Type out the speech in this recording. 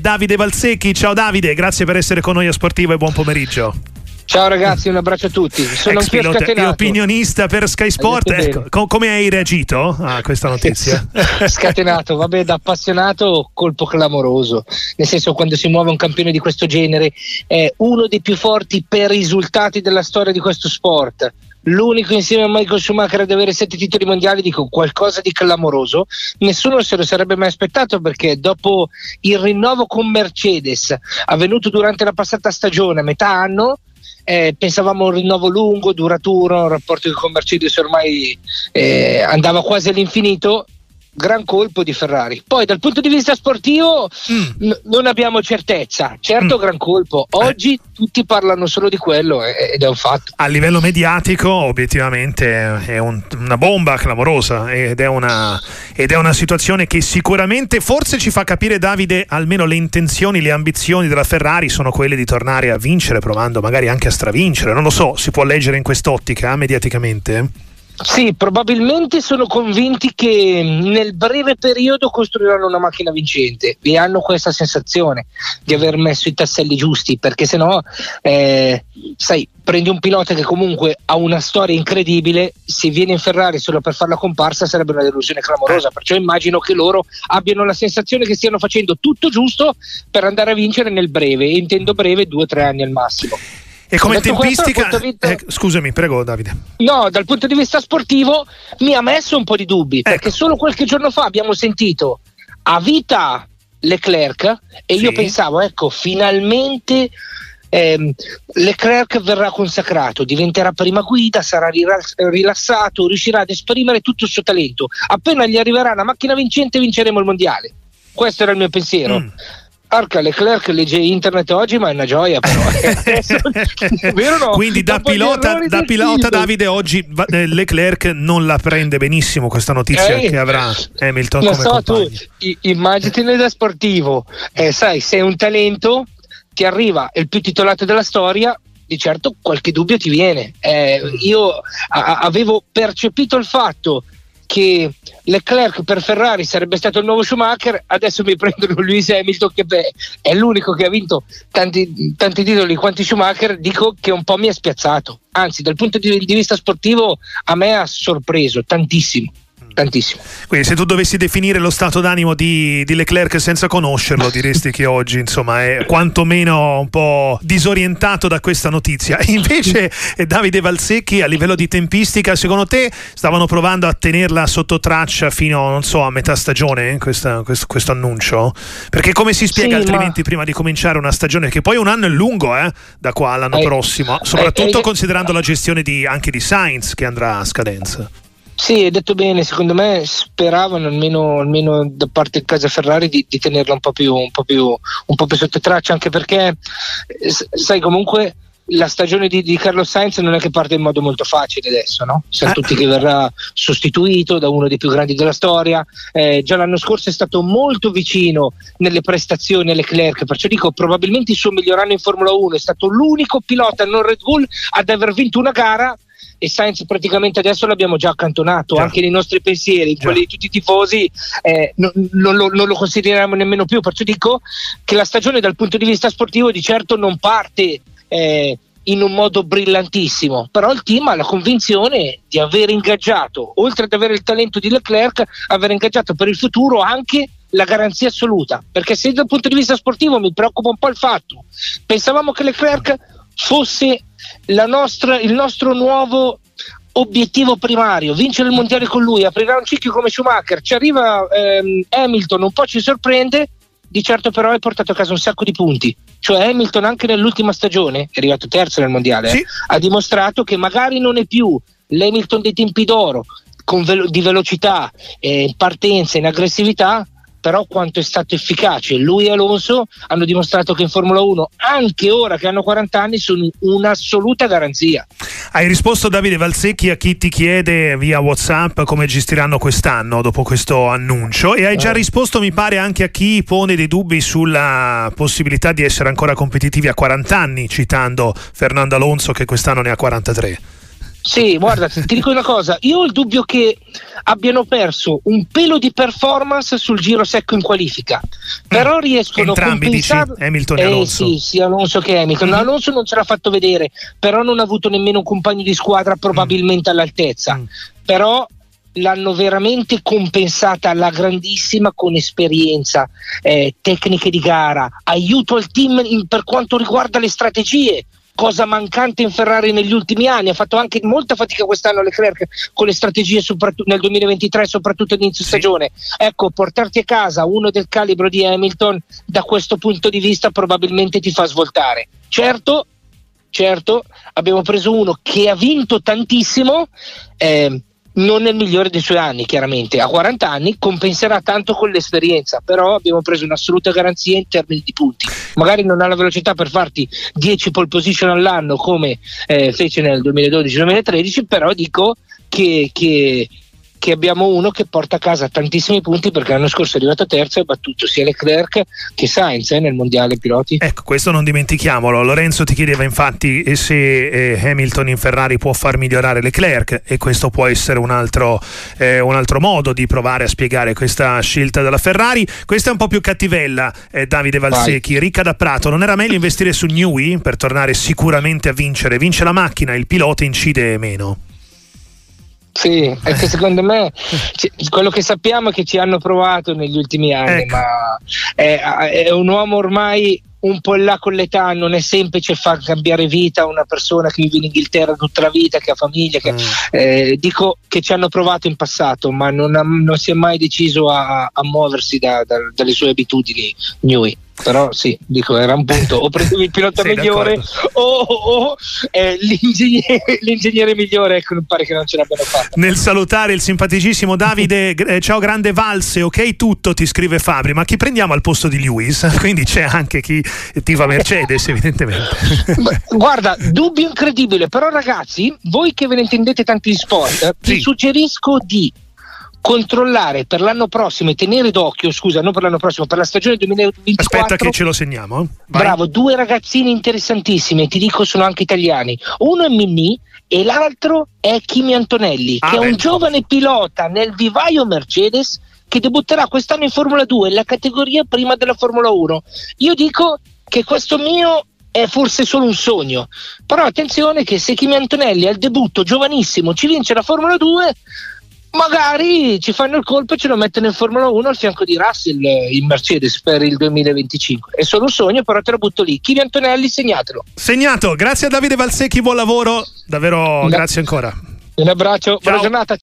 Davide Valsecchi. Ciao Davide, grazie per essere con noi a Sportivo e buon pomeriggio. Ciao ragazzi, un abbraccio a tutti. Sono ex pilota e opinionista per Sky Sport. Ecco, come hai reagito a questa notizia? Scatenato, vabbè, da appassionato, colpo clamoroso. Nel senso, quando si muove un campione di questo genere, è uno dei più forti per risultati della storia di questo sport. L'unico insieme a Michael Schumacher ad avere 7 titoli mondiali, dico qualcosa di clamoroso. Nessuno se lo sarebbe mai aspettato, perché dopo il rinnovo con Mercedes avvenuto durante la passata stagione a metà anno, pensavamo a un rinnovo lungo, duraturo, un rapporto che con Mercedes ormai andava quasi all'infinito. Gran colpo di Ferrari. Poi dal punto di vista sportivo non abbiamo certezza. Certo, gran colpo. Oggi tutti parlano solo di quello ed è un fatto. A livello mediatico obiettivamente è una bomba clamorosa ed è una situazione che sicuramente forse ci fa capire, Davide, almeno le intenzioni, le ambizioni della Ferrari sono quelle di tornare a vincere, provando magari anche a stravincere. Non lo so, si può leggere in quest'ottica mediaticamente? Sì, probabilmente sono convinti che nel breve periodo costruiranno una macchina vincente e hanno questa sensazione di aver messo i tasselli giusti, perché sennò sai, prendi un pilota che comunque ha una storia incredibile, se viene in Ferrari solo per fare la comparsa sarebbe una delusione clamorosa. Perciò immagino che loro abbiano la sensazione che stiano facendo tutto giusto per andare a vincere nel breve, e intendo breve 2 o 3 anni al massimo. E come tempistica, scusami, prego Davide. No, dal punto di vista sportivo mi ha messo un po' di dubbi, perché solo qualche giorno fa abbiamo sentito a vita Leclerc e io pensavo, ecco, finalmente Leclerc verrà consacrato, diventerà prima guida, sarà rilassato, riuscirà ad esprimere tutto il suo talento. Appena gli arriverà una macchina vincente vinceremo il mondiale. Questo era il mio pensiero. Arca, Leclerc legge internet oggi, ma è una gioia, però. Vero no? Quindi da pilota Davide oggi Leclerc non la prende benissimo questa notizia che avrà Hamilton come compagno. Tu immaginati da sportivo, sai, sei un talento, ti arriva il più titolato della storia, di certo qualche dubbio ti viene. Io avevo percepito il fatto che Leclerc per Ferrari sarebbe stato il nuovo Schumacher, adesso mi prendono Lewis Hamilton che è l'unico che ha vinto tanti titoli quanti Schumacher, dico che un po' mi ha spiazzato, anzi dal punto di vista sportivo a me ha sorpreso tantissimo. Quindi se tu dovessi definire lo stato d'animo di Leclerc senza conoscerlo, diresti che oggi insomma è quantomeno un po' disorientato da questa notizia. Invece Davide Valsecchi, a livello di tempistica, secondo te stavano provando a tenerla sotto traccia fino, non so, a metà stagione questo annuncio? Perché come si spiega altrimenti prima di cominciare una stagione, che poi un anno è lungo da qua all'anno prossimo, soprattutto considerando la gestione anche di Sainz che andrà a scadenza? Sì, hai detto bene, secondo me speravano almeno da parte di casa Ferrari di tenerla un po' più sotto traccia, anche perché sai, comunque la stagione di Carlos Sainz non è che parte in modo molto facile adesso, no? Sanno tutti che verrà sostituito da uno dei più grandi della storia, già l'anno scorso è stato molto vicino nelle prestazioni a Leclerc, perciò dico probabilmente il suo miglior anno in Formula 1, è stato l'unico pilota non Red Bull ad aver vinto una gara, e Sainz praticamente adesso l'abbiamo già accantonato anche nei nostri pensieri, quelli di tutti i tifosi, non lo consideriamo nemmeno più, perciò dico che la stagione dal punto di vista sportivo di certo non parte in un modo brillantissimo, però il team ha la convinzione di aver ingaggiato, oltre ad avere il talento di Leclerc, aver ingaggiato per il futuro anche la garanzia assoluta, perché se dal punto di vista sportivo mi preoccupa un po' il fatto, pensavamo che Leclerc fosse il nostro nuovo obiettivo primario, vincere il mondiale con lui, aprirà un ciclo come Schumacher, ci arriva Hamilton, un po' ci sorprende, di certo però è portato a casa un sacco di punti, cioè Hamilton anche nell'ultima stagione è arrivato terzo nel mondiale, ha dimostrato che magari non è più l'Hamilton dei tempi d'oro di velocità, partenza, in aggressività, però quanto è stato efficace. Lui e Alonso hanno dimostrato che in Formula 1, anche ora che hanno 40 anni, sono un'assoluta garanzia. Hai risposto, Davide Valsecchi, a chi ti chiede via WhatsApp come gestiranno quest'anno dopo questo annuncio, e hai già risposto, mi pare, anche a chi pone dei dubbi sulla possibilità di essere ancora competitivi a 40 anni, citando Fernando Alonso che quest'anno ne ha 43. Sì, guarda, ti dico una cosa, io ho il dubbio che abbiano perso un pelo di performance sul giro secco in qualifica, però riescono entrambi, a compensare. Dici, Hamilton e Alonso. Sì, Alonso che Hamilton. Alonso non ce l'ha fatto vedere, però non ha avuto nemmeno un compagno di squadra probabilmente all'altezza, però l'hanno veramente compensata alla grandissima con esperienza, tecniche di gara, aiuto al team per quanto riguarda le strategie, cosa mancante in Ferrari negli ultimi anni. Ha fatto anche molta fatica quest'anno Leclerc con le strategie, soprattutto nel 2023, soprattutto all'inizio stagione. Ecco, portarti a casa uno del calibro di Hamilton da questo punto di vista probabilmente ti fa svoltare. Certo, abbiamo preso uno che ha vinto tantissimo, non nel migliore dei suoi anni, chiaramente a 40 anni compenserà tanto con l'esperienza, però abbiamo preso un'assoluta garanzia in termini di punti. Magari non ha la velocità per farti 10 pole position all'anno come fece nel 2012-2013, però dico che abbiamo uno che porta a casa tantissimi punti, perché l'anno scorso è arrivato terzo e ha battuto sia Leclerc che Sainz nel mondiale piloti. Ecco, questo non dimentichiamolo. Lorenzo ti chiedeva infatti se Hamilton in Ferrari può far migliorare Leclerc, e questo può essere un altro modo di provare a spiegare questa scelta della Ferrari. Questa è un po' più cattivella, Davide Valsecchi. Ricca da Prato: non era meglio investire su Newey per tornare sicuramente a vincere? Vince la macchina, il pilota incide meno. Sì, è che secondo me quello che sappiamo è che ci hanno provato negli ultimi anni, ecco. Ma è un uomo ormai un po' là con l'età, non è semplice far cambiare vita a una persona che vive in Inghilterra tutta la vita, che ha famiglia, dico che ci hanno provato in passato, ma non si è mai deciso a muoversi dalle sue abitudini Newey. Però sì, dico, era un punto: o prendevi il pilota migliore o l'ingegnere migliore. Ecco, non pare che non ce l'abbiano fatta. Nel salutare il simpaticissimo Davide, ciao grande Valse, ok tutto, ti scrive Fabri, ma chi prendiamo al posto di Lewis? Quindi c'è anche chi tifa Mercedes evidentemente. Guarda, dubbio incredibile, però ragazzi, voi che ve ne intendete tanti di sport, vi suggerisco di controllare per l'anno prossimo e tenere d'occhio, scusa, non per l'anno prossimo, per la stagione 2024. Aspetta che ce lo segniamo. Vai. Bravo, due ragazzini interessantissimi, ti dico sono anche italiani. Uno è Mimì e l'altro è Kimi Antonelli, che è un giovane pilota nel vivaio Mercedes che debutterà quest'anno in Formula 2, la categoria prima della Formula 1. Io dico che questo mio è forse solo un sogno, però attenzione che se Kimi Antonelli al debutto giovanissimo ci vince la Formula 2, magari ci fanno il colpo e ce lo mettono in Formula 1 al fianco di Russell in Mercedes per il 2025. È solo un sogno, però te lo butto lì. Kimi Antonelli, segnatelo. Segnato. Grazie a Davide Valsecchi, buon lavoro, davvero grazie ancora. Un abbraccio, buona giornata.